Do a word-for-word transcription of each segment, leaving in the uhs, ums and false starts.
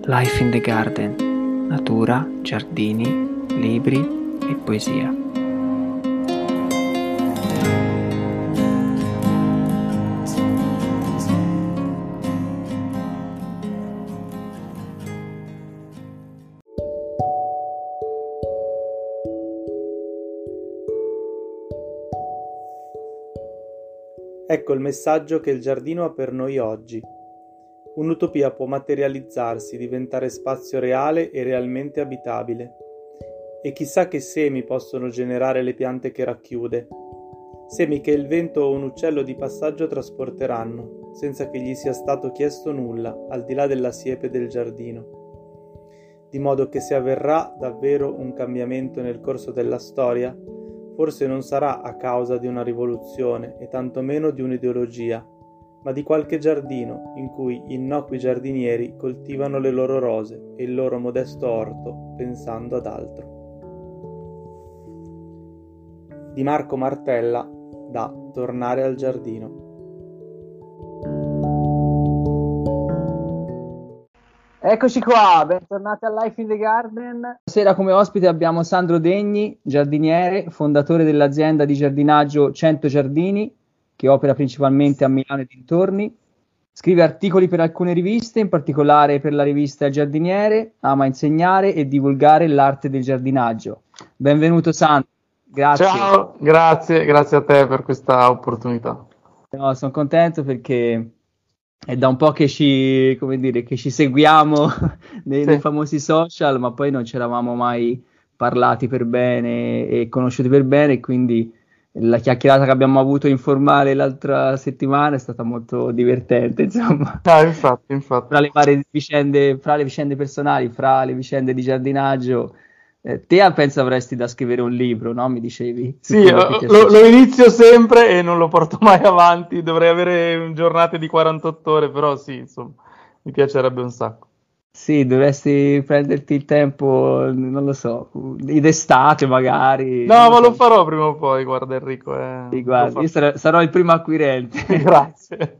Life in the Garden, natura, giardini, libri e poesia. Ecco il messaggio che il giardino ha per noi oggi. Un'utopia può materializzarsi, diventare spazio reale e realmente abitabile. E chissà che semi possono generare le piante che racchiude. Semi che il vento o un uccello di passaggio trasporteranno, senza che gli sia stato chiesto nulla, al di là della siepe del giardino. Di modo che se avverrà davvero un cambiamento nel corso della storia, forse non sarà a causa di una rivoluzione e tantomeno di un'ideologia, ma di qualche giardino in cui innocui giardinieri coltivano le loro rose e il loro modesto orto pensando ad altro. Di Marco Martella, da Tornare al giardino. Eccoci qua, bentornati a Life in the Garden. Stasera come ospite abbiamo Sandro Degni, giardiniere, fondatore dell'azienda di giardinaggio cento Giardini, che opera principalmente a Milano e dintorni. Scrive articoli per alcune riviste, in particolare per la rivista Il Giardiniere, ama insegnare e divulgare l'arte del giardinaggio. Benvenuto Sandro, grazie. Ciao, grazie, grazie a te per questa opportunità. No, sono contento perché è da un po' che ci, come dire, che ci seguiamo nei, sì. nei famosi social, ma poi non ci eravamo mai parlati per bene e conosciuti per bene, quindi la chiacchierata che abbiamo avuto informale l'altra settimana è stata molto divertente, insomma. Ah, infatti, infatti. Fra le varie vicende, fra le vicende personali, fra le vicende di giardinaggio, eh, te penso avresti da scrivere un libro, no? Mi dicevi. Sì, lo, lo inizio sempre e non lo porto mai avanti, dovrei avere giornate di quarantotto ore, però sì, insomma, mi piacerebbe un sacco. Sì, dovresti prenderti il tempo, non lo so, d'estate magari. No, ma so. Lo farò prima o poi, guarda Enrico. Eh, sì, guarda, io sarò, sarò il primo acquirente. Grazie.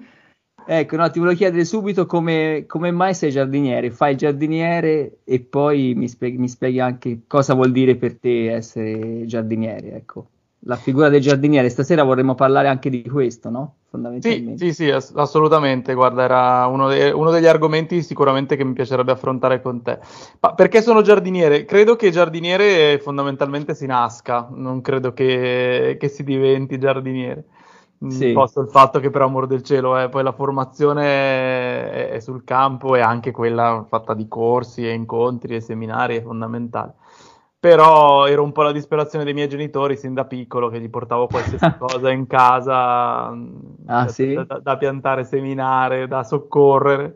Ecco, no, ti volevo chiedere subito come, come mai sei giardiniere. Fai il giardiniere e poi mi spieghi, mi spieghi anche cosa vuol dire per te essere giardiniere, ecco. La figura del giardiniere, stasera vorremmo parlare anche di questo, no? Fondamentalmente. Sì, sì, sì, ass- assolutamente, guarda, era uno, de- uno degli argomenti sicuramente che mi piacerebbe affrontare con te. Ma perché sono giardiniere? Credo che giardiniere fondamentalmente si nasca, non credo che, che si diventi giardiniere. Sì. Posto il fatto che per amor del cielo eh, poi la formazione è, è sul campo e anche quella fatta di corsi e incontri e seminari è fondamentale. Però era un po' la disperazione dei miei genitori sin da piccolo, che gli portavo qualsiasi cosa in casa ah, da, sì? da, da, da piantare, seminare, da soccorrere.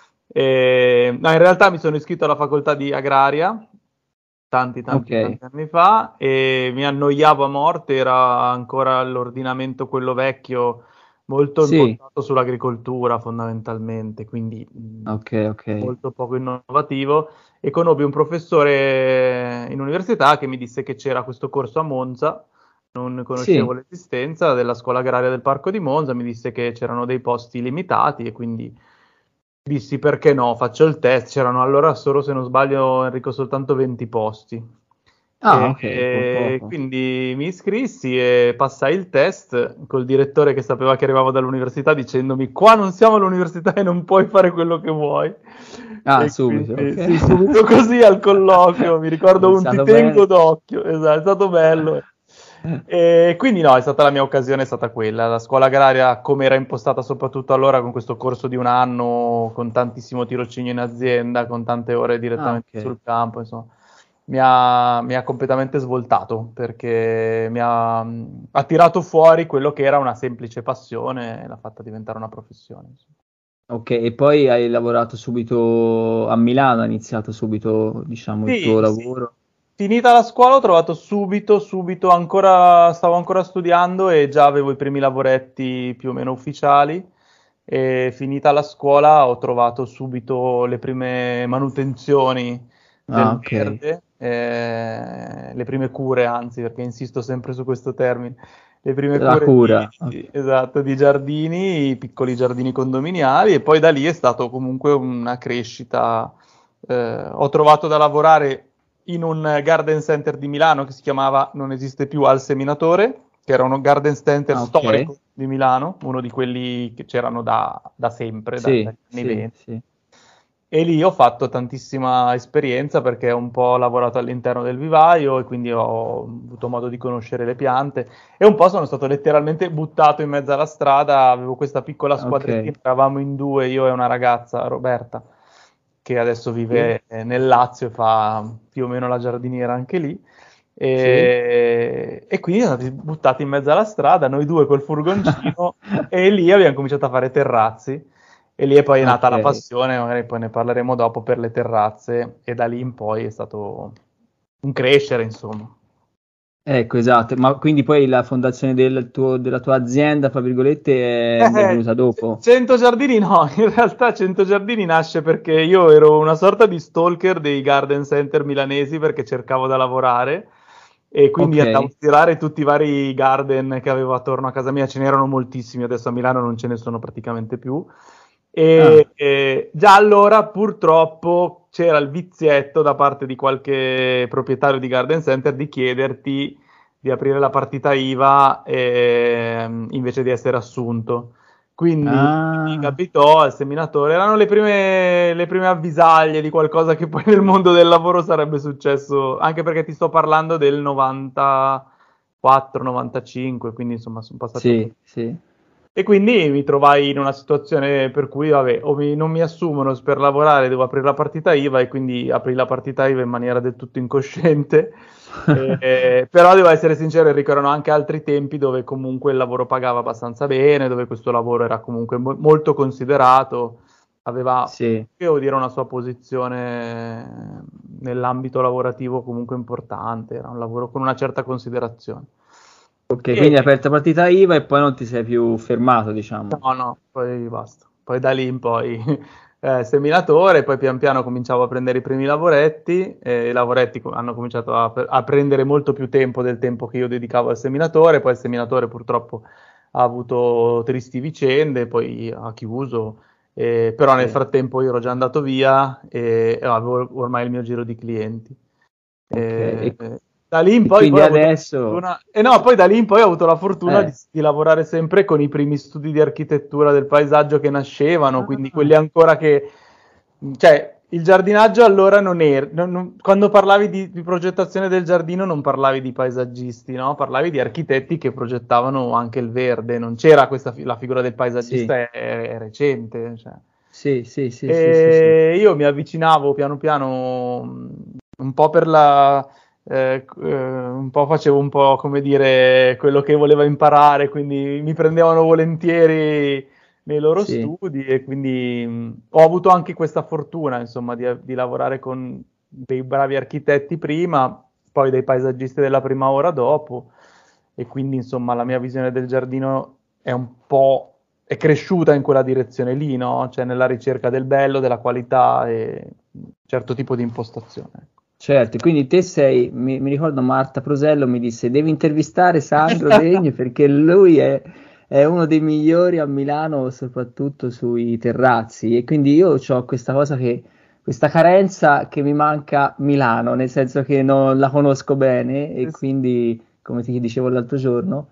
E, no, in realtà mi sono iscritto alla facoltà di agraria tanti tanti, okay. tanti anni fa e mi annoiavo a morte, era ancora l'ordinamento quello vecchio, molto sì. impostato sull'agricoltura fondamentalmente, quindi okay, okay. molto poco innovativo. E conobbi un professore in università che mi disse che c'era questo corso a Monza, non conoscevo sì. l'esistenza della scuola agraria del Parco di Monza, mi disse che c'erano dei posti limitati e quindi dissi perché no, faccio il test, c'erano allora solo, se non sbaglio Enrico, soltanto venti posti. Ah, e, ok, e quindi mi iscrissi e passai il test col direttore che sapeva che arrivavo dall'università dicendomi qua non siamo all'università e non puoi fare quello che vuoi. Ah, e subito, quindi, okay. Sì, subito così al colloquio, mi ricordo un ti tengo d'occhio, esatto, è stato bello. E quindi no, è stata la mia occasione, è stata quella, la scuola agraria come era impostata soprattutto allora con questo corso di un anno, con tantissimo tirocinio in azienda, con tante ore direttamente ah, okay. sul campo, insomma, mi ha, mi ha completamente svoltato perché mi ha, ha tirato fuori quello che era una semplice passione e l'ha fatta diventare una professione. Insomma. Ok, e poi hai lavorato subito a Milano, hai iniziato subito, diciamo, Sì, il tuo sì. lavoro? Finita la scuola ho trovato subito, subito, ancora, stavo ancora studiando e già avevo i primi lavoretti più o meno ufficiali. E finita la scuola ho trovato subito le prime manutenzioni del Ah, ok. verde eh, le prime cure, anzi, perché insisto sempre su questo termine, le prime La cure cura. di, di- esatto, di giardini, piccoli giardini condominiali, e poi da lì è stato comunque una crescita. Eh, ho trovato da lavorare in un garden center di Milano che si chiamava, non esiste più, Al Seminatore, che era uno garden center Ah, ok. storico di Milano, uno di quelli che c'erano da, da sempre, da- Sì, dagli anni sì, venti. sì. E lì ho fatto tantissima esperienza perché ho un po' lavorato all'interno del vivaio e quindi ho avuto modo di conoscere le piante, e un po' sono stato letteralmente buttato in mezzo alla strada. Avevo questa piccola Ok. squadrettina, eravamo in due, io e una ragazza, Roberta, che adesso Sì, vive eh, nel Lazio e fa più o meno la giardiniera anche lì. sì. E, e quindi siamo stati buttati in mezzo alla strada, noi due col furgoncino, e lì abbiamo cominciato a fare terrazzi. E lì è poi nata la Ok. passione, magari poi ne parleremo dopo, per le terrazze, e da lì in poi è stato un crescere, insomma. Ecco, esatto. Ma quindi poi la fondazione del tuo- della tua azienda, fra virgolette, è, è Eh, venuta dopo? cento Giardini no, in realtà cento Giardini nasce perché io ero una sorta di stalker dei garden center milanesi, perché cercavo da lavorare e quindi Ok. andavo a girare tutti i vari garden che avevo attorno a casa mia. Ce n'erano moltissimi, adesso a Milano non ce ne sono praticamente più. E, Ah, e già allora purtroppo c'era il vizietto da parte di qualche proprietario di garden center di chiederti di aprire la partita I V A, ehm, invece di essere assunto. Quindi mi ah, capitò al seminatore, erano le prime, le prime avvisaglie di qualcosa che poi nel mondo del lavoro sarebbe successo, anche perché ti sto parlando del novantaquattro novantacinque, quindi insomma sono passati un po'. sì, sì. E quindi mi trovai in una situazione per cui, vabbè, o mi- non mi assumono per lavorare, devo aprire la partita I V A, e quindi aprì la partita I V A in maniera del tutto incosciente. Eh, però devo essere sincero, Enrico, erano anche altri tempi dove comunque il lavoro pagava abbastanza bene, dove questo lavoro era comunque mo- molto considerato, aveva, Sì. devo dire, una sua posizione nell'ambito lavorativo comunque importante, era un lavoro con una certa considerazione. Ok, E quindi hai aperto partita I V A e poi non ti sei più fermato, diciamo. no, no, poi basta. Poi da lì in poi eh, seminatore, poi pian piano cominciavo a prendere i primi lavoretti, e i lavoretti co- hanno cominciato a, a prendere molto più tempo del tempo che io dedicavo al seminatore. Poi il seminatore purtroppo ha avuto tristi vicende, poi ha chiuso, eh, però nel Sì. frattempo io ero già andato via e, e avevo ormai il mio giro di clienti. Ok, Eh, e, da lì in e poi, poi quindi ho avuto la adesso... fortuna, e no, poi da lì in poi ho avuto la fortuna di, Eh. di lavorare sempre con i primi studi di architettura del paesaggio che nascevano, quindi quelli Ah, ancora che, cioè, il giardinaggio allora non era, non- non- quando parlavi di, di progettazione del giardino non parlavi di paesaggisti, no? Parlavi di architetti che progettavano anche il verde, non c'era questa, fi- la figura del sì, paesaggista è, è recente, cioè. sì, sì, sì, sì, sì, sì. E io mi avvicinavo piano piano, mh, un po' per la, eh, eh, un po' facevo un po' come dire quello che voleva imparare, quindi mi prendevano volentieri nei loro Sì. studi, e quindi mh, ho avuto anche questa fortuna, insomma, di, di lavorare con dei bravi architetti prima, poi dei paesaggisti della prima ora dopo, e quindi insomma la mia visione del giardino è un po' è cresciuta in quella direzione lì, no? Cioè nella ricerca del bello, della qualità e un certo tipo di impostazione. Certo, quindi te sei, mi, mi ricordo Marta Prosello mi disse, devi intervistare Sandro Degni perché lui è, è uno dei migliori a Milano, soprattutto sui terrazzi. E quindi io ho questa cosa che, questa carenza che mi manca Milano, nel senso che non la conosco bene e quindi, come ti dicevo l'altro giorno,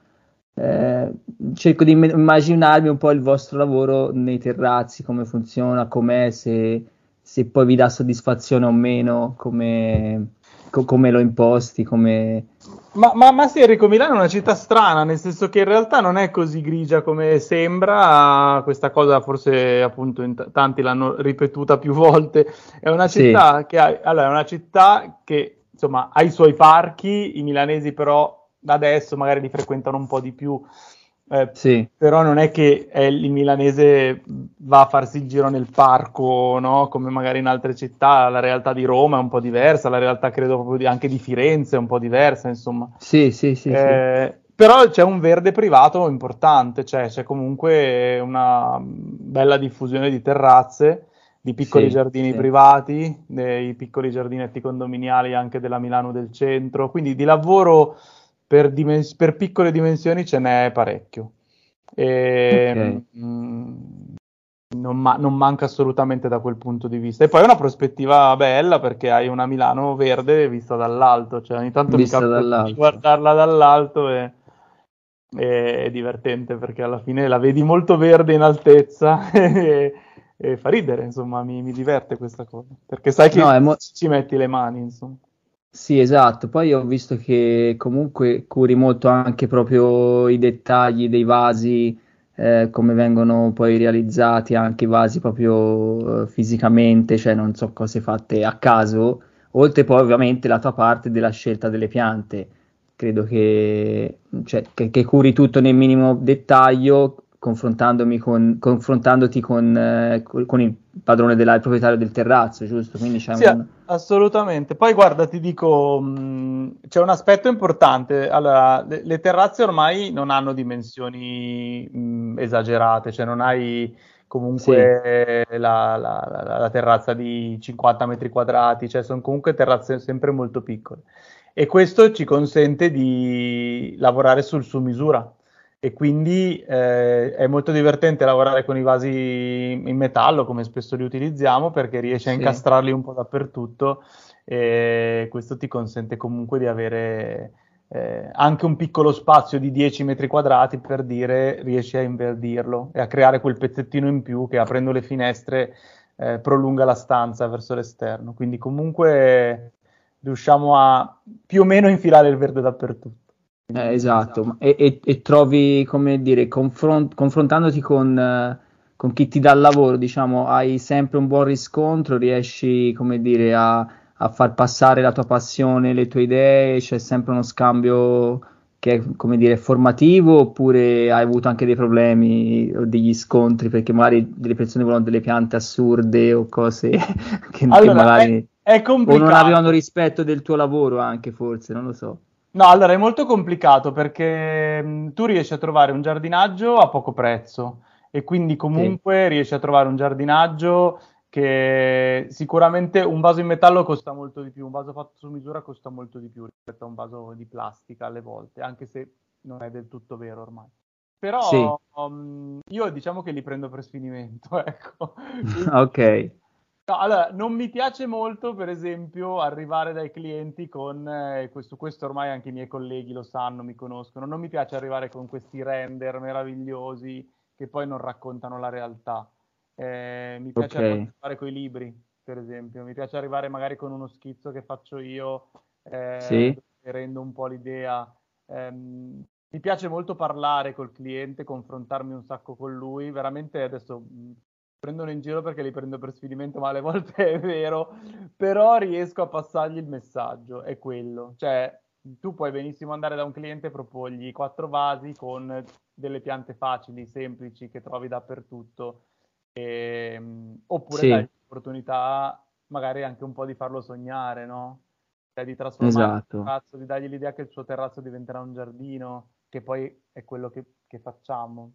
eh, cerco di imm- immaginarmi un po' il vostro lavoro nei terrazzi, come funziona, com'è, se se poi vi dà soddisfazione o meno, come, co- come lo imposti, come... Ma, ma, ma sì, Enrico, Milano è una città strana, nel senso che in realtà non è così grigia come sembra. Questa cosa forse appunto in t- tanti l'hanno ripetuta più volte. È una Sì, città che ha, allora, è una città che insomma ha i suoi parchi, i milanesi però adesso magari li frequentano un po' di più. Eh, sì, Però non è che eh, il milanese va a farsi il giro nel parco, no? Come magari in altre città. La realtà di Roma è un po' diversa, la realtà credo proprio di- anche di Firenze è un po' diversa, insomma. sì, sì, sì, sì, Eh, però c'è un verde privato importante, cioè c'è comunque una bella diffusione di terrazze, di piccoli Sì, giardini sì. privati, dei piccoli giardinetti condominiali anche della Milano del centro, quindi di lavoro per, dimens- per piccole dimensioni ce n'è parecchio. E, Ok. mm, non, ma- non manca assolutamente da quel punto di vista. E poi è una prospettiva bella perché hai una Milano verde vista dall'alto, cioè ogni tanto mi Vista capita di dall'alto. guardarla dall'alto e, e- è divertente perché alla fine la vedi molto verde in altezza e, e fa ridere, insomma, mi, mi diverte questa cosa, perché sai No, che è mo- ci metti le mani, insomma. Sì, esatto. Poi ho visto che comunque curi molto anche proprio i dettagli dei vasi, eh, come vengono poi realizzati anche i vasi proprio eh, fisicamente, cioè non so cose fatte a caso, oltre poi ovviamente la tua parte della scelta delle piante. Credo che, cioè, che, che curi tutto nel minimo dettaglio, confrontandomi con, confrontandoti con, eh, col- con il padrone della, il proprietario del terrazzo, giusto? Quindi c'è Sì, un... assolutamente. Poi guarda, ti dico, mh, c'è un aspetto importante. Allora, le, le terrazze ormai non hanno dimensioni mh, esagerate, cioè non hai Sì, comunque la, la- la- la terrazza di cinquanta metri quadrati, cioè sono comunque terrazze sempre molto piccole. E questo ci consente di lavorare sul su misura. E quindi eh, è molto divertente lavorare con i vasi in metallo, come spesso li utilizziamo, perché riesci a sì. incastrarli un po' dappertutto e questo ti consente comunque di avere eh, anche un piccolo spazio di dieci metri quadrati, per dire, riesci a inverdirlo e a creare quel pezzettino in più che aprendo le finestre eh, prolunga la stanza verso l'esterno. Quindi comunque riusciamo a più o meno infilare il verde dappertutto. Eh, Quindi, esatto, ma- e, e- e trovi, come dire, confron- confrontandoti con, eh, con chi ti dà il lavoro, diciamo, hai sempre un buon riscontro, riesci, come dire, a, a far passare la tua passione, le tue idee, c'è sempre uno scambio che è, come dire, formativo, oppure hai avuto anche dei problemi o degli scontri, perché magari delle persone volevano delle piante assurde o cose che, che allora, è, magari... è o non avevano complicato. rispetto del tuo lavoro anche, forse, non lo so. No, allora è molto complicato perché mh, tu riesci a trovare un giardinaggio a poco prezzo e quindi Sì, comunque riesci a trovare un giardinaggio che sicuramente un vaso in metallo costa molto di più, un vaso fatto su misura costa molto di più rispetto a un vaso di plastica alle volte, anche se non è del tutto vero ormai. sì. Però um, io diciamo che li prendo per sfinimento, ecco. Quindi Ok, no, allora, non mi piace molto, per esempio, arrivare dai clienti con eh, questo, questo ormai anche i miei colleghi lo sanno, mi conoscono. Non mi piace arrivare con questi render meravigliosi che poi non raccontano la realtà. Eh, mi piace ok, arrivare con i libri, per esempio. Mi piace arrivare magari con uno schizzo che faccio io, eh, sì, dove rendo un po' l'idea. Ehm, mi piace molto parlare col cliente, confrontarmi un sacco con lui. Veramente adesso mh, prendono in giro perché li prendo per sfinimento, ma alle volte è vero, però riesco a passargli il messaggio, è quello. Cioè, tu puoi benissimo andare da un cliente e proporgli quattro vasi con delle piante facili, semplici, che trovi dappertutto, e, oppure dai sì, l'opportunità magari anche un po' di farlo sognare, no? Cioè di trasformare il esatto. terrazzo, di dargli l'idea che il suo terrazzo diventerà un giardino, che poi è quello che, che facciamo.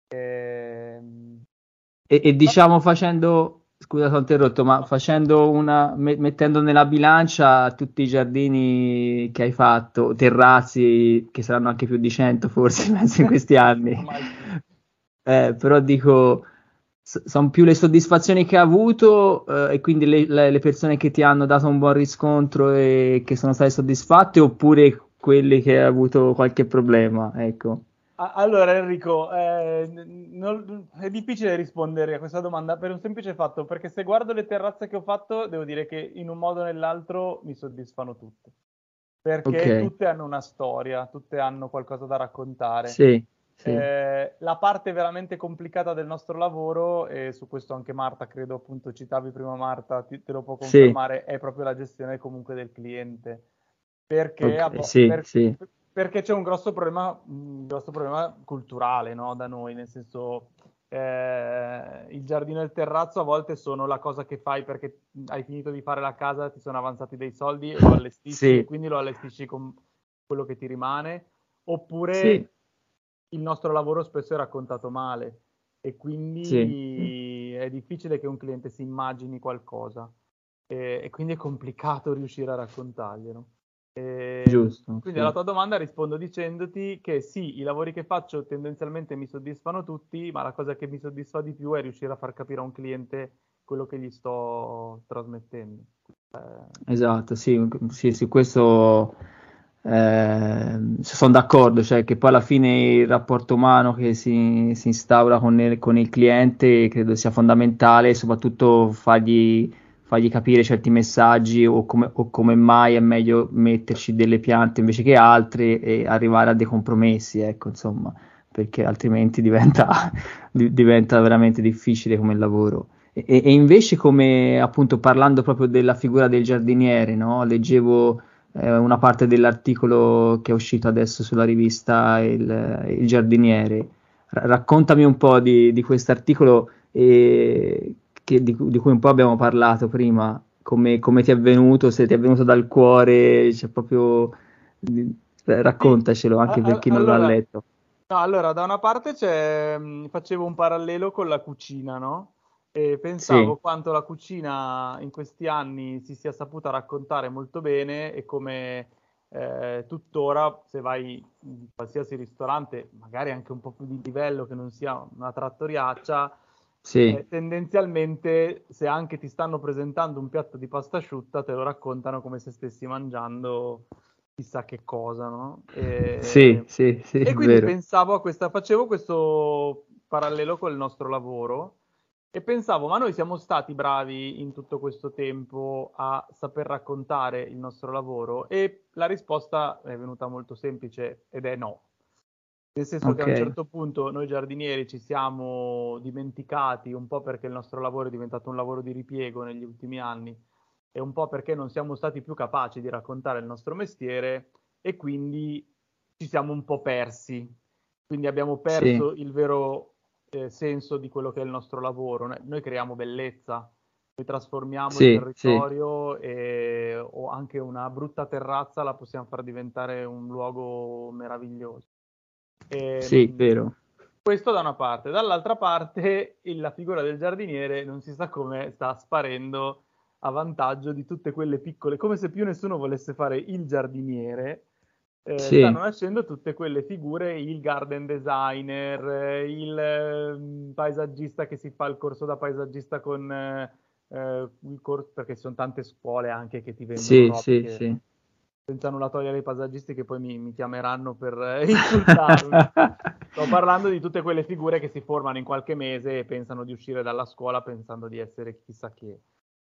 Ehm, E, e diciamo facendo, scusa, ti ho interrotto, ma facendo una, me- mettendo nella bilancia tutti i giardini che hai fatto, terrazzi, che saranno anche più di cento forse, penso in questi anni, Ormai sì. eh, però dico, sono più le soddisfazioni che hai avuto, eh, e quindi le, le- le persone che ti hanno dato un buon riscontro e che sono state soddisfatte, oppure quelli che hai avuto qualche problema, ecco. A- Allora Enrico, eh, n- non- è difficile rispondere a questa domanda per un semplice fatto, perché se guardo le terrazze che ho fatto, devo dire che in un modo o nell'altro mi soddisfano tutte, perché Ok, tutte hanno una storia, tutte hanno qualcosa da raccontare. sì, sì, Eh, la parte veramente complicata del nostro lavoro, e su questo anche Marta, credo appunto citavi prima Marta, ti- te lo può sì, confermare, è proprio la gestione comunque del cliente perché, a ok, vo- sì, per- sì. perché c'è un grosso problema, un grosso problema culturale, no, da noi, nel senso eh, il giardino e il terrazzo a volte sono la cosa che fai perché hai finito di fare la casa, ti sono avanzati dei soldi e lo allestisci e Sì, quindi lo allestisci con quello che ti rimane, sì, oppure il nostro lavoro spesso è raccontato male e sì, sì. quindi è difficile che un cliente si immagini qualcosa e, e quindi è complicato riuscire a raccontarglielo. E, Giusto, quindi sì. alla tua domanda rispondo dicendoti che sì, i lavori che faccio tendenzialmente mi soddisfano tutti, ma la cosa che mi soddisfa di più è riuscire a far capire a un cliente quello che gli sto trasmettendo. Eh, Esatto, sì, sì, su questo sono d'accordo, cioè che poi alla fine il rapporto umano che si, si instaura con il, con il cliente credo sia fondamentale, soprattutto fargli, fargli capire certi messaggi o come, o come mai è meglio metterci delle piante invece che altre e arrivare a dei compromessi, ecco, insomma, perché altrimenti diventa, di- diventa veramente difficile come lavoro. E, e invece come appunto parlando proprio della figura del giardiniere, no? Leggevo eh, una parte dell'articolo che è uscito adesso sulla rivista Il, il Giardiniere. Ra- raccontami un po' di, di questo articolo e che- di, cu- di cui un po' abbiamo parlato prima, come, come ti è venuto, se ti è venuto dal cuore, cioè proprio di- sì, raccontacelo a- anche per a- chi non l'ha allora, letto. no, allora, da una parte c'è, mh, facevo un parallelo con la cucina, no? E Sì, pensavo quanto la cucina in questi anni si sia saputa raccontare molto bene e come eh, tuttora, se vai in qualsiasi ristorante, magari anche un po' più di livello, che non sia una trattoriaccia, sì. eh, tendenzialmente, se anche ti stanno presentando un piatto di pasta asciutta, te lo raccontano come se stessi mangiando chissà che cosa, no? Sì, E, sì, sì, e è quindi vero. pensavo a questa, facevo questo parallelo col nostro lavoro e pensavo, ma noi siamo stati bravi in tutto questo tempo a saper raccontare il nostro lavoro? E la risposta è venuta molto semplice ed è no. Nel senso che a Ok, un certo punto noi giardinieri ci siamo dimenticati, un po' perché il nostro lavoro è diventato un lavoro di ripiego negli ultimi anni e un po' perché non siamo stati più capaci di raccontare il nostro mestiere e quindi ci siamo un po' persi. Quindi abbiamo sì, perso il vero eh, senso di quello che è il nostro lavoro. Noi, noi creiamo bellezza, noi trasformiamo il sì, sì, territorio e, o anche una brutta terrazza la possiamo far diventare un luogo meraviglioso. sì, Ehm, vero. questo da una parte, dall'altra parte il- la figura del giardiniere non si sa come sta sparendo a vantaggio di tutte quelle piccole, come se più nessuno volesse fare il giardiniere, eh, Sì, stanno nascendo tutte quelle figure, il garden designer, eh, il ehm, paesaggista che si fa il corso da paesaggista con eh, eh, il corso, perché ci sono tante scuole anche che ti vendono sì, robe sì, che sì. senza nulla togliere ai paesaggisti che poi mi, mi chiameranno per eh, insultarmi. Sto parlando di tutte quelle figure che si formano in qualche mese e pensano di uscire dalla scuola pensando di essere chissà che.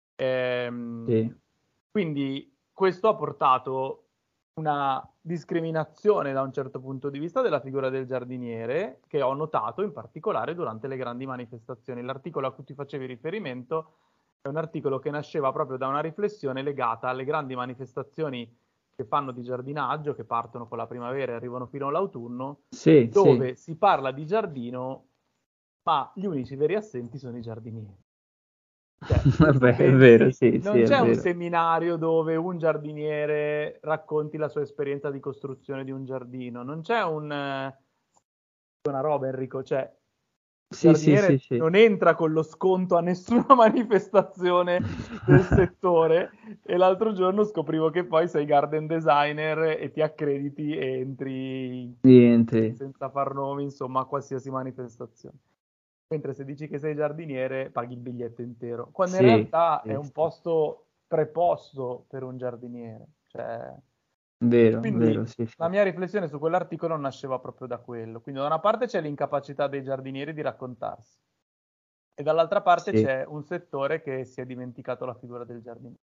Sì, Ehm, quindi questo ha portato una discriminazione da un certo punto di vista della figura del giardiniere, che ho notato in particolare durante le grandi manifestazioni. L'articolo a cui ti facevi riferimento è un articolo che nasceva proprio da una riflessione legata alle grandi manifestazioni che fanno di giardinaggio, che partono con la primavera e arrivano fino all'autunno, sì, sì. dove si parla di giardino, ma gli unici veri assenti sono i giardinieri. Cioè, se ci Vabbè, è vero, pensi, sì, sì, non è c'è un vero. seminario dove un giardiniere racconti la sua esperienza di costruzione di un giardino, non c'è un, eh, una roba, Enrico, cioè il Sì, sì, sì, giardiniere sì. non entra con lo sconto a nessuna manifestazione del settore e l'altro giorno scoprivo che poi sei garden designer e ti accrediti e entri Niente. senza far nomi, insomma, a qualsiasi manifestazione. Mentre se dici che sei giardiniere, paghi il biglietto intero, quando in Sì, realtà è sì, un sì. posto preposto per un giardiniere. Cioè, Vero, quindi vero, sì, la sì. mia riflessione su quell'articolo nasceva proprio da quello. Quindi da una parte c'è l'incapacità dei giardinieri di raccontarsi e dall'altra parte Sì, c'è un settore che si è dimenticato la figura del giardiniere.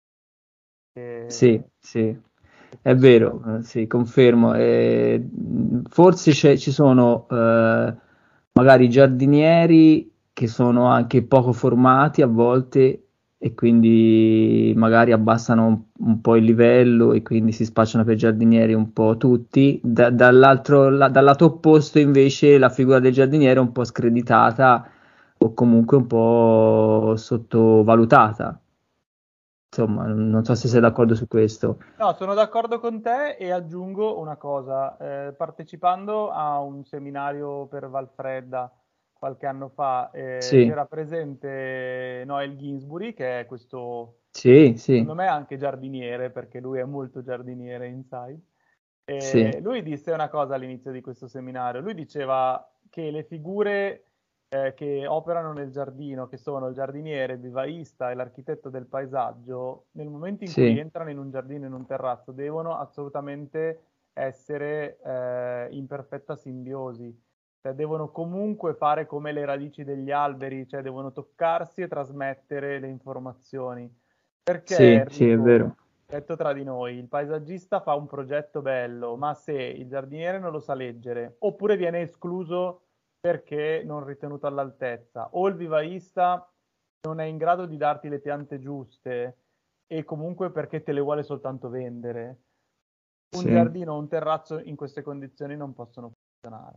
sì, E, sì. e È questo è... vero, eh, sì, confermo. Eh, mh, forse c'è- ci sono eh, magari giardinieri che sono anche poco formati a volte e quindi magari abbassano un, un po' il livello e quindi si spacciano per giardinieri un po' tutti. Da- dall'altro, la- dal lato opposto invece la figura del giardiniere è un po' screditata o comunque un po' sottovalutata. Insomma, non so se sei d'accordo su questo. No, sono d'accordo con te e aggiungo una cosa. Eh, partecipando a un seminario per Valfredda qualche anno fa, eh, Sì, c'era presente Noel Ginsbury, che è questo, sì, sì, secondo me anche giardiniere, perché lui è molto giardiniere inside. sì, E lui disse una cosa all'inizio di questo seminario, lui diceva che le figure eh, che operano nel giardino, che sono il giardiniere, il vivaista e l'architetto del paesaggio, nel momento in cui sì, entrano in un giardino, in un terrazzo, devono assolutamente essere eh, in perfetta simbiosi. Cioè, devono comunque fare come le radici degli alberi, cioè devono toccarsi e trasmettere le informazioni. Perché, sì, sì, è Enrico, vero. detto tra di noi, il paesaggista fa un progetto bello, ma se il giardiniere non lo sa leggere, oppure viene escluso perché non ritenuto all'altezza, o il vivaista non è in grado di darti le piante giuste e comunque perché te le vuole soltanto vendere, un Sì, giardino o un terrazzo in queste condizioni non possono funzionare.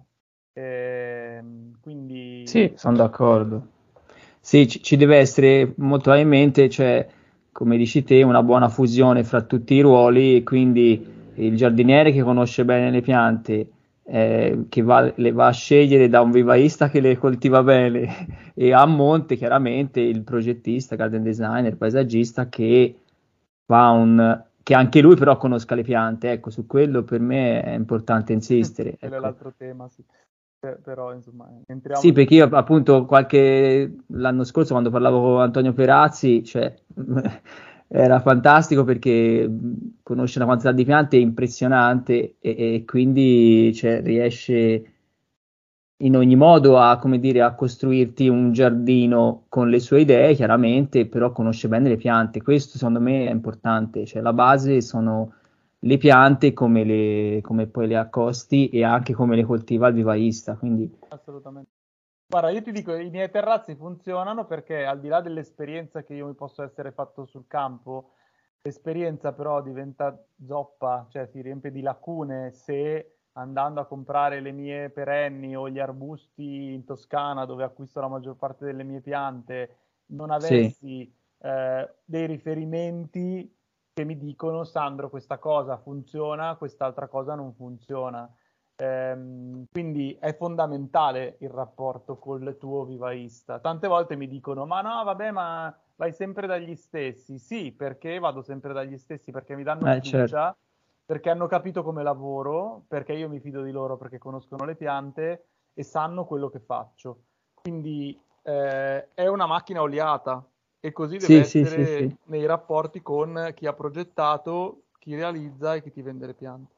Ehm, sì, quindi sono d'accordo. Sì, ci, ci deve essere molto probabilmente, cioè, come dici te, una buona fusione fra tutti i ruoli, e quindi il giardiniere che conosce bene le piante, eh, che va, le va a scegliere da un vivaista che le coltiva bene, e a monte chiaramente il progettista, garden designer, paesaggista che fa un... che anche lui però conosca le piante, ecco, su quello per me è importante insistere, quello è ecco. l'altro tema, sì. Per- però insomma entriamo Sì, nel... perché io appunto qualche l'anno scorso quando parlavo con Antonio Perazzi, cioè, era fantastico perché mh, conosce una quantità di piante impressionante e, e quindi cioè, riesce in ogni modo a, come dire, a costruirti un giardino con le sue idee, chiaramente, però conosce bene le piante. Questo secondo me è importante, cioè la base sono le piante, come, le, come poi le accosti e anche come le coltiva il vivaista. Quindi Assolutamente. Guarda, io ti dico, i miei terrazzi funzionano perché al di là dell'esperienza che io mi posso essere fatto sul campo, l'esperienza però diventa zoppa, cioè si riempie di lacune se andando a comprare le mie perenni o gli arbusti in Toscana, dove acquisto la maggior parte delle mie piante, non sì. avessi eh, dei riferimenti che mi dicono, Sandro, questa cosa funziona, quest'altra cosa non funziona. Ehm, quindi è fondamentale il rapporto col tuo vivaista. Tante volte mi dicono: Ma no, vabbè, ma vai sempre dagli stessi. Sì, perché vado sempre dagli stessi? Perché mi danno Eh, certo. fiducia, perché hanno capito come lavoro, perché io mi fido di loro, perché conoscono le piante e sanno quello che faccio. Quindi eh, è una macchina oliata e così deve Sì, sì, sì, sì. essere nei rapporti con chi ha progettato, chi realizza e chi ti vende le piante.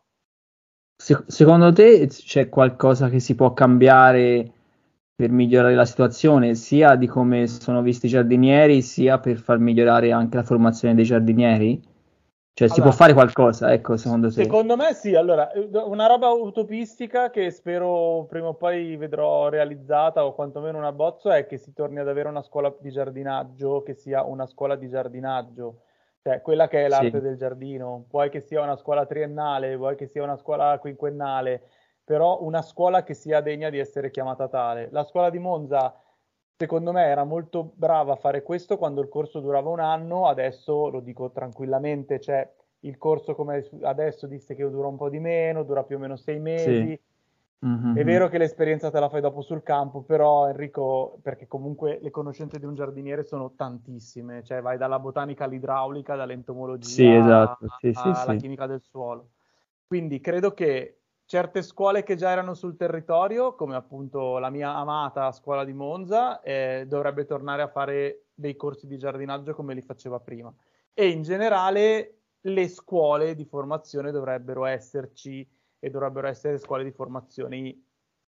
Se- secondo te c'è qualcosa che si può cambiare per migliorare la situazione, sia di come sono visti i giardinieri, sia per far migliorare anche la formazione dei giardinieri? Cioè, si può Allora, fare qualcosa, ecco, secondo te? secondo me sì, allora, eh, una roba utopistica che spero prima o poi vedrò realizzata o quantomeno un abbozzo è che si torni ad avere una scuola di giardinaggio che sia una scuola di giardinaggio, cioè quella che è l'arte Sì, del giardino, vuoi che sia una scuola triennale, vuoi che sia una scuola quinquennale, però una scuola che sia degna di essere chiamata tale. La scuola di Monza, secondo me, era molto brava a fare questo quando il corso durava un anno, adesso lo dico tranquillamente, cioè il corso come adesso disse che dura un po' di meno, dura più o meno sei sì. mesi. È Mhm. vero che l'esperienza te la fai dopo sul campo, però Enrico, perché comunque le conoscenze di un giardiniere sono tantissime, cioè vai dalla botanica all'idraulica, Sì, dall'entomologia esatto, sì, sì, alla sì. chimica del suolo. Quindi credo che certe scuole che già erano sul territorio, come appunto la mia amata scuola di Monza, eh, dovrebbe tornare a fare dei corsi di giardinaggio come li faceva prima. E in generale le scuole di formazione dovrebbero esserci e dovrebbero essere scuole di formazioni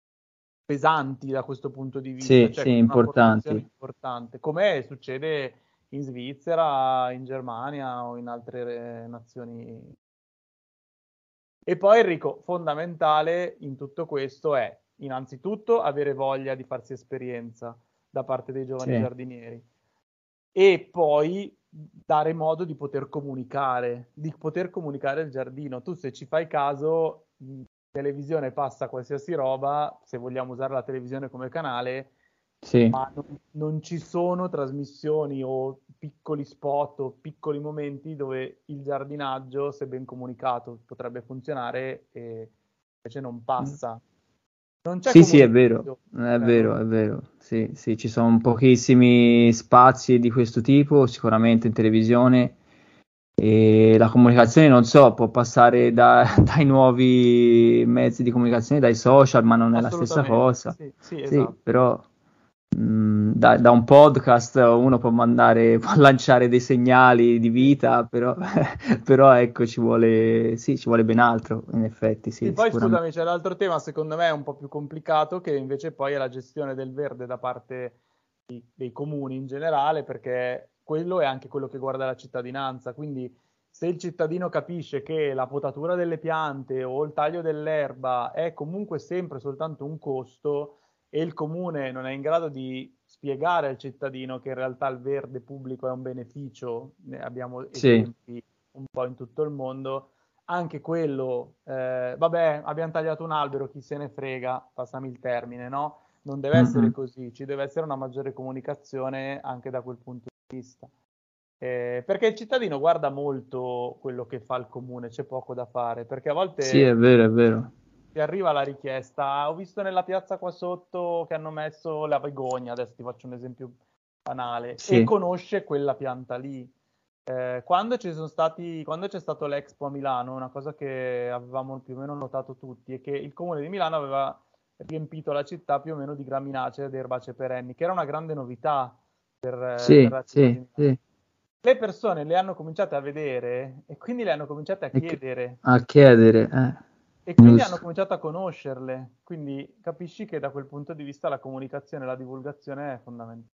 pesanti da questo punto di vista, Sì, cioè sì, con una formazione importanti. importante, come succede in Svizzera, in Germania o in altre eh, nazioni. E poi Enrico, fondamentale in tutto questo è innanzitutto avere voglia di farsi esperienza da parte dei giovani Sì, giardinieri e poi dare modo di poter comunicare, di poter comunicare il giardino. Tu se ci fai caso, in televisione passa qualsiasi roba, se vogliamo usare la televisione come canale, sì. ma non, non ci sono trasmissioni o piccoli spot o piccoli momenti dove il giardinaggio, se ben comunicato, potrebbe funzionare e invece non passa. Non c'è Sì, sì, è vero, comunicazione. è Cioè, non- vero, è vero. Sì, sì, ci sono pochissimi spazi di questo tipo, sicuramente in televisione. E la comunicazione, non so, può passare da- dai nuovi mezzi di comunicazione, dai social, ma non è la stessa Assolutamente, cosa. sì, sì, Sì, esatto. però mh, da, da un podcast uno può mandare, può lanciare dei segnali di Sì. vita, però, però ecco, ci vuole, sì, ci vuole ben altro, in effetti, Sì, sì, poi sicuramente. scusami, c'è l'altro tema, secondo me è un po' più complicato, che invece poi è la gestione del verde da parte di- dei comuni in generale, perché quello è anche quello che guarda la cittadinanza. Quindi se il cittadino capisce che la potatura delle piante o il taglio dell'erba è comunque sempre soltanto un costo e il comune non è in grado di spiegare al cittadino che in realtà il verde pubblico è un beneficio, ne abbiamo Sì. esempi un po' in tutto il mondo, anche quello, eh, vabbè, abbiamo tagliato un albero, chi se ne frega, passami il termine, no? Non deve essere Mm-mm. così, ci deve essere una maggiore comunicazione anche da quel punto di vista. Eh, perché il cittadino guarda molto quello che fa il comune, c'è poco da fare, perché a Sì, è volte vero, è vero. ti arriva la richiesta, "Ah, ho visto nella piazza qua sotto che hanno messo la begogna, adesso ti faccio un esempio banale, e Sì. conosce quella pianta lì. Eh, quando ci sono stati, quando c'è stato l'Expo a Milano, una cosa che avevamo più o meno notato tutti è che il comune di Milano aveva riempito la città più o meno di graminacee ed erbacee perenni, che era una grande novità per, eh, per Sì, la città di sì, Milano. sì. Le persone le hanno cominciate a vedere e quindi le hanno cominciate a E che- chiedere A chiedere, eh, e quindi hanno giusto. cominciato a conoscerle. Quindi capisci che da quel punto di vista la comunicazione e la divulgazione è fondamentale.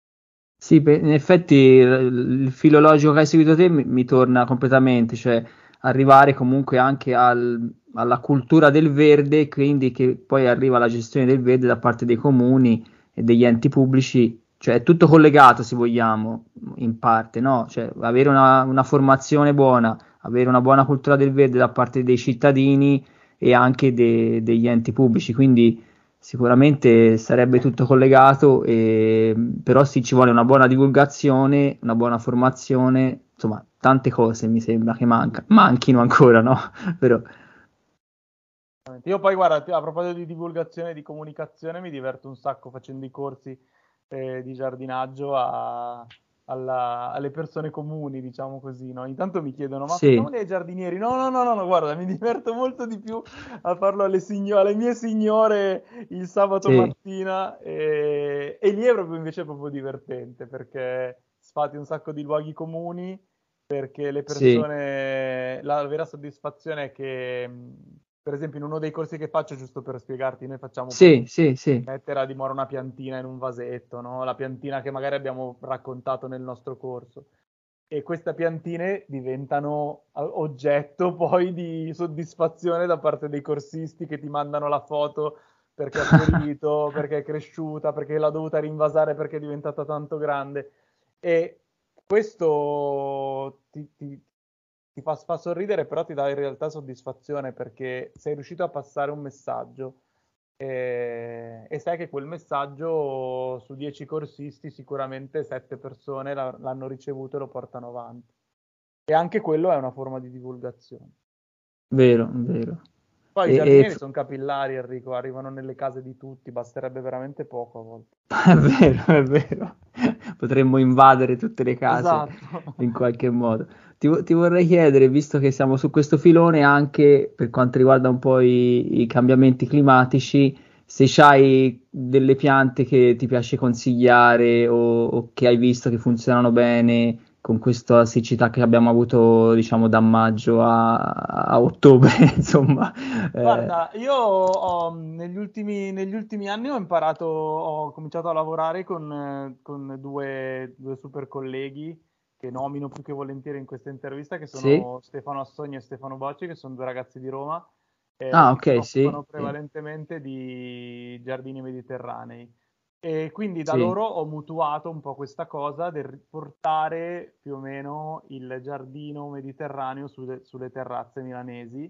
Sì, beh, in effetti il il filologico che hai seguito te mi, mi torna completamente, cioè arrivare comunque anche al- alla cultura del verde, quindi che poi arriva la gestione del verde da parte dei comuni e degli enti pubblici, cioè è tutto collegato se vogliamo, in parte, no? Cioè avere una, una formazione buona, avere una buona cultura del verde da parte dei cittadini e anche de- degli enti pubblici, quindi sicuramente sarebbe tutto collegato, e, però sì, ci vuole una buona divulgazione, una buona formazione, insomma, tante cose mi sembra che manca, manchino ancora, no? Però, Io poi, guarda, a proposito di divulgazione e di comunicazione, mi diverto un sacco facendo i corsi eh, di giardinaggio a- alla- alle persone comuni, diciamo così, no? Intanto mi chiedono, ma sì, facciamoli ai giardinieri? No, no, no, no, no, guarda, mi diverto molto di più a farlo alle, signo- alle mie signore il sabato sì, mattina e, e lì è proprio invece proprio divertente perché sfati un sacco di luoghi comuni perché le sì, persone, la vera soddisfazione è che, mh, per esempio, in uno dei corsi che faccio, giusto per spiegarti, noi facciamo proprio sì, sì, sì, mettere a dimora una piantina in un vasetto, no? La piantina che magari abbiamo raccontato nel nostro corso. E queste piantine diventano a- oggetto poi di soddisfazione da parte dei corsisti che ti mandano la foto perché ha fiorito, perché è cresciuta, perché l'ha dovuta rinvasare perché è diventata tanto grande. E questo ti, ti- ti fa, fa sorridere, però ti dà in realtà soddisfazione perché sei riuscito a passare un messaggio e, e sai che quel messaggio su dieci corsisti sicuramente sette persone la- l'hanno ricevuto e lo portano avanti. E anche quello è una forma di divulgazione. vero, vero. Poi i E, e giardinieri f- sono capillari, Enrico, arrivano nelle case di tutti, basterebbe veramente poco a volte. È vero, è vero. Potremmo invadere tutte le case Esatto. in qualche modo. Ti, vo- ti vorrei chiedere, visto che siamo su questo filone, anche per quanto riguarda un po' i, i cambiamenti climatici, se c'hai delle piante che ti piace consigliare o, o che hai visto che funzionano bene con questa siccità che abbiamo avuto, diciamo, da maggio a, a ottobre, insomma. Eh, Guarda, io ho, negli ultimi, negli ultimi anni ho imparato, ho cominciato a lavorare con, eh, con due, due super colleghi che nomino più che volentieri in questa intervista, che sì? sono Stefano Assogni e Stefano Bocci, che sono due ragazzi di Roma, eh, Ah, che si ok, sì, occupano sì, prevalentemente di giardini mediterranei. E quindi da sì. loro ho mutuato un po' questa cosa del portare più o meno il giardino mediterraneo sulle, sulle terrazze milanesi.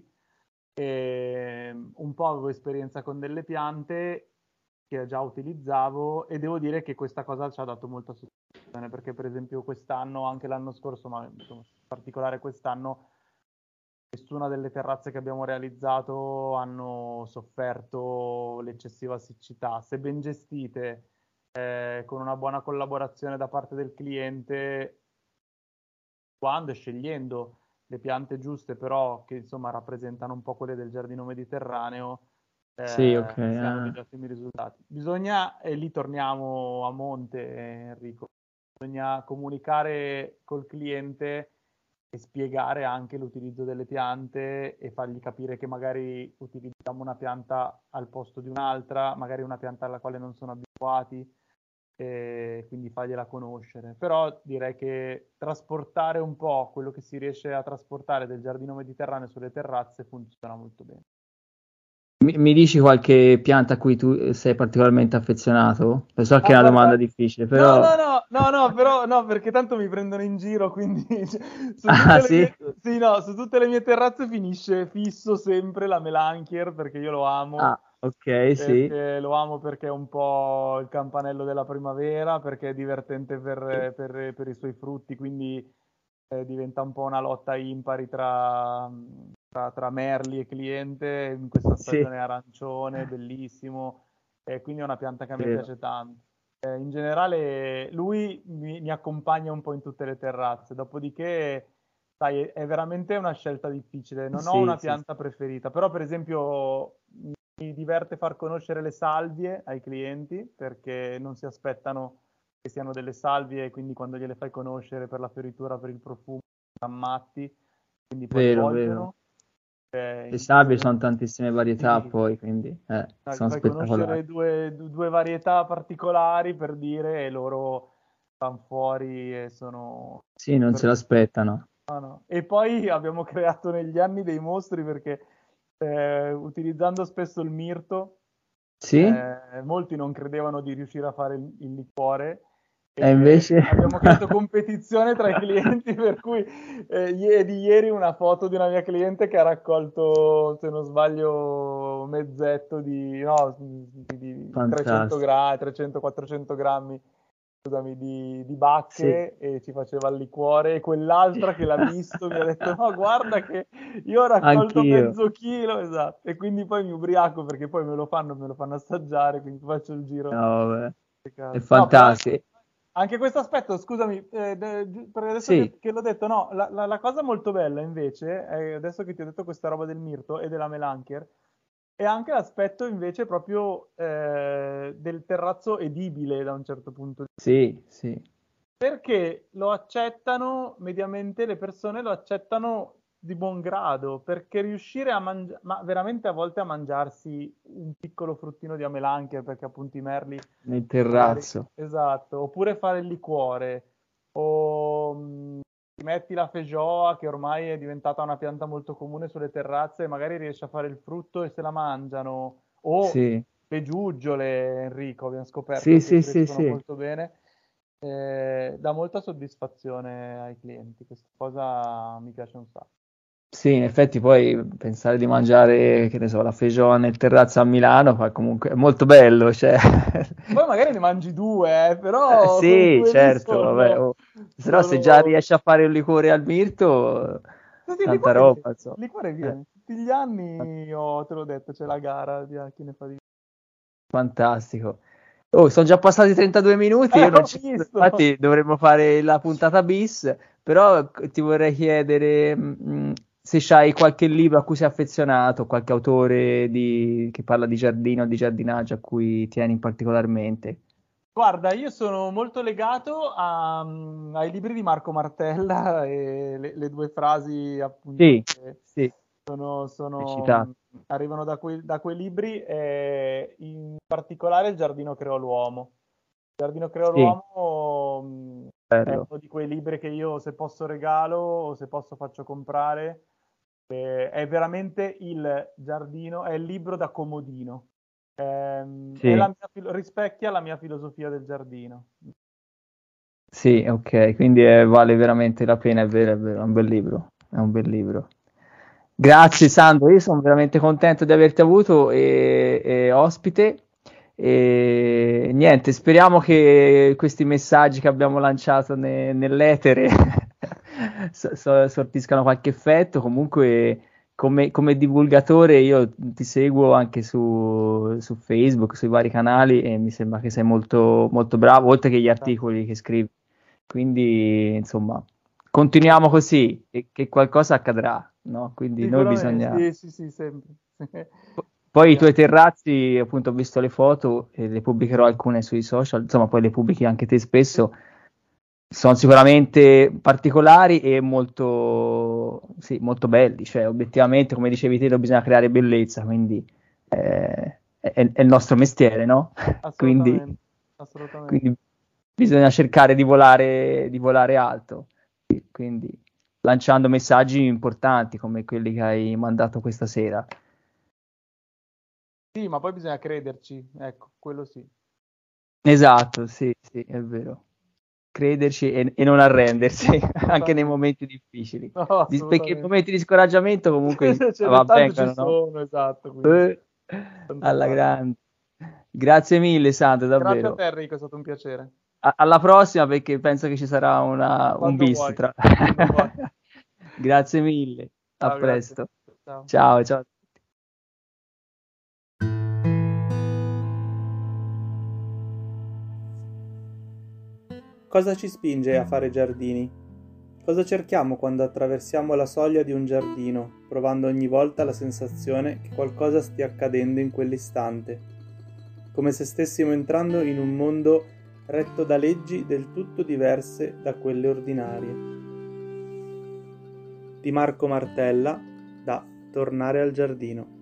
E un po' avevo esperienza con delle piante che già utilizzavo e devo dire che questa cosa ci ha dato molta soddisfazione perché per esempio quest'anno, anche l'anno scorso, ma insomma, in particolare quest'anno, nessuna delle terrazze che abbiamo realizzato hanno sofferto l'eccessiva siccità. Se ben gestite, eh, con una buona collaborazione da parte del cliente, quando e scegliendo le piante giuste, però che insomma rappresentano un po' quelle del giardino mediterraneo, eh, Sì, ok. si hanno ah. degli ottimi risultati. Bisogna, e lì torniamo a monte, eh, Enrico, bisogna comunicare col cliente e spiegare anche l'utilizzo delle piante e fargli capire che magari utilizziamo una pianta al posto di un'altra, magari una pianta alla quale non sono abituati, e quindi fargliela conoscere. Però direi che trasportare un po' quello che si riesce a trasportare del giardino mediterraneo sulle terrazze funziona molto bene. Mi, mi dici qualche pianta a cui tu sei particolarmente affezionato? Lo so che Ah, è una guarda, domanda difficile, però... no, no, no, no, no, però no, perché tanto mi prendono in giro, quindi cioè, su Ah, tutte le sì? mie, sì, no, su tutte le mie terrazze finisce fisso sempre la Melanchier, perché io lo amo, Ah, ok, sì. perché lo amo perché è un po' il campanello della primavera, perché è divertente per, per- per i suoi frutti, quindi eh, diventa un po' una lotta impari tra, tra, tra merli e cliente, in questa Sì, stagione arancione, bellissimo, e quindi è una pianta che a me vero. piace tanto. Eh, in generale lui mi, mi accompagna un po' in tutte le terrazze, dopodiché sai, è, è veramente una scelta difficile, non ho Sì, una sì, sì. pianta preferita, però per esempio mi diverte far conoscere le salvie ai clienti perché non si aspettano che siano delle salvie e quindi quando gliele fai conoscere per la fioritura, per il profumo, si ammatti, quindi poi Vero, vero. vogliono. Eh, Le in più salvie sono tantissime varietà sì, poi, quindi eh, no, gli sono fai spettacolari. conoscere due, du- due varietà particolari per dire e loro vanno fuori e sono Sì, non super. se l'aspettano. No, no. E poi abbiamo creato negli anni dei mostri perché eh, utilizzando spesso il mirto, Sì? eh, molti non credevano di riuscire a fare il, il liquore E e invece... abbiamo creato competizione tra i clienti per cui eh, ie- di ieri una foto di una mia cliente che ha raccolto, se non sbaglio, mezzetto di, no, di, di trecento Fantastico. grammi, trecento quattrocento grammi scusami, di, di Sì. bacche e ci faceva il liquore e quell'altra che l'ha visto mi ha detto no guarda che io ho raccolto Anch'io. mezzo chilo, esatto, e quindi poi mi ubriaco perché poi me lo fanno, me lo fanno assaggiare, quindi faccio il giro No, vabbè. di È casa. No, però fantastico. anche questo aspetto, scusami, eh, de- gi- per adesso Sì, che, che l'ho detto, no, la, la- la cosa molto bella invece, è, adesso che ti ho detto questa roba del mirto e della melanchier, è anche l'aspetto invece proprio eh, del terrazzo edibile da un certo punto di vista. sì, sì. Perché lo accettano, mediamente le persone lo accettano di buon grado, perché riuscire a mangiare, ma veramente a volte a mangiarsi un piccolo fruttino di amelanche, perché appunto i merli, Nel magari, terrazzo. esatto, oppure fare il liquore, o mh, ti metti la feijoa, che ormai è diventata una pianta molto comune sulle terrazze, e magari riesci a fare il frutto e se la mangiano, o Sì, le giuggiole, Enrico, abbiamo sì, scoperto che sì, sì, crescono sì. molto bene. Eh, dà molta soddisfazione ai clienti, questa cosa mi piace un sacco. Sì, in effetti poi pensare di mangiare, che ne so, la feijoa nel terrazzo a Milano fa comunque è molto bello, cioè... Poi magari ne mangi due, eh, Eh, però quei sì, due lì certo, vabbè, sono, oh. Se no se già sono... riesci a fare un liquore al mirto, Sì, sì, il tanta liquore viene, roba, insomma. il liquore Eh, viene. Tutti gli anni, oh, te l'ho detto, c'è la gara di a chi ne fa di fantastico. Oh, sono già passati trentadue minuti, io Eh, non ho ci... visto! Infatti dovremmo fare la puntata bis, però c- ti vorrei chiedere mh, se c'hai qualche libro a cui sei affezionato, qualche autore di- che parla di giardino o di giardinaggio a cui tieni particolarmente. Guarda, io sono molto legato a, mm, ai libri di Marco Martella e le, le due frasi appunto Sì, che sì, sono, hai sono, citato. mm, arrivano da quei, da quei libri, e in particolare Il giardino creò l'uomo. Il giardino creò Sì, l'uomo, mm, è bello. uno di quei libri che io se posso regalo o se posso faccio comprare. Eh, è veramente il giardino, è il libro da comodino. Ehm, è la Sì, mia filo- rispecchia la mia filosofia del giardino. sì, ok, quindi eh, vale veramente la pena, è vero, è vero, è un bel libro, è un bel libro. Grazie Sandro, io sono veramente contento di averti avuto e, e ospite e niente, speriamo che questi messaggi che abbiamo lanciato ne- nell'etere so- so- sortiscano qualche effetto. Comunque come, come divulgatore io ti seguo anche su, su Facebook, sui vari canali e mi sembra che sei molto, molto bravo, oltre che gli articoli che scrivi. Quindi, insomma, continuiamo così e che qualcosa accadrà, no? Quindi noi bisogna... Sì, sì, sì, sempre. Poi i tuoi terrazzi, appunto, ho visto le foto e le pubblicherò alcune sui social, insomma, poi le pubblichi anche te spesso. Sono sicuramente particolari e molto, sì, molto belli, cioè obiettivamente, come dicevi te, bisogna creare bellezza, quindi eh, è, è il nostro mestiere, no? Assolutamente, quindi, assolutamente. quindi bisogna cercare di volare, di volare alto, quindi lanciando messaggi importanti come quelli che hai mandato questa sera. Sì, ma poi bisogna crederci, ecco, quello sì. Esatto, sì, sì, è vero. Crederci e, e non arrendersi anche nei momenti difficili, No, Di- perché i assolutamente. momenti di scoraggiamento comunque Ce va ne tanto vengono, ci no? sono, esatto. Quindi, Eh, tanto alla vale. grande. Grazie mille, Sandro, Grazie a davvero. te, Enrico, è stato un piacere. A- alla prossima, perché penso che ci sarà una, un Quando bis vuoi, tra... quando vuoi. Grazie mille, a Ciao, grazie. presto. Ciao. Ciao, ciao. Cosa ci spinge a fare giardini? Cosa cerchiamo quando attraversiamo la soglia di un giardino, provando ogni volta la sensazione che qualcosa stia accadendo in quell'istante, come se stessimo entrando in un mondo retto da leggi del tutto diverse da quelle ordinarie. Di Marco Martella, da Tornare al giardino.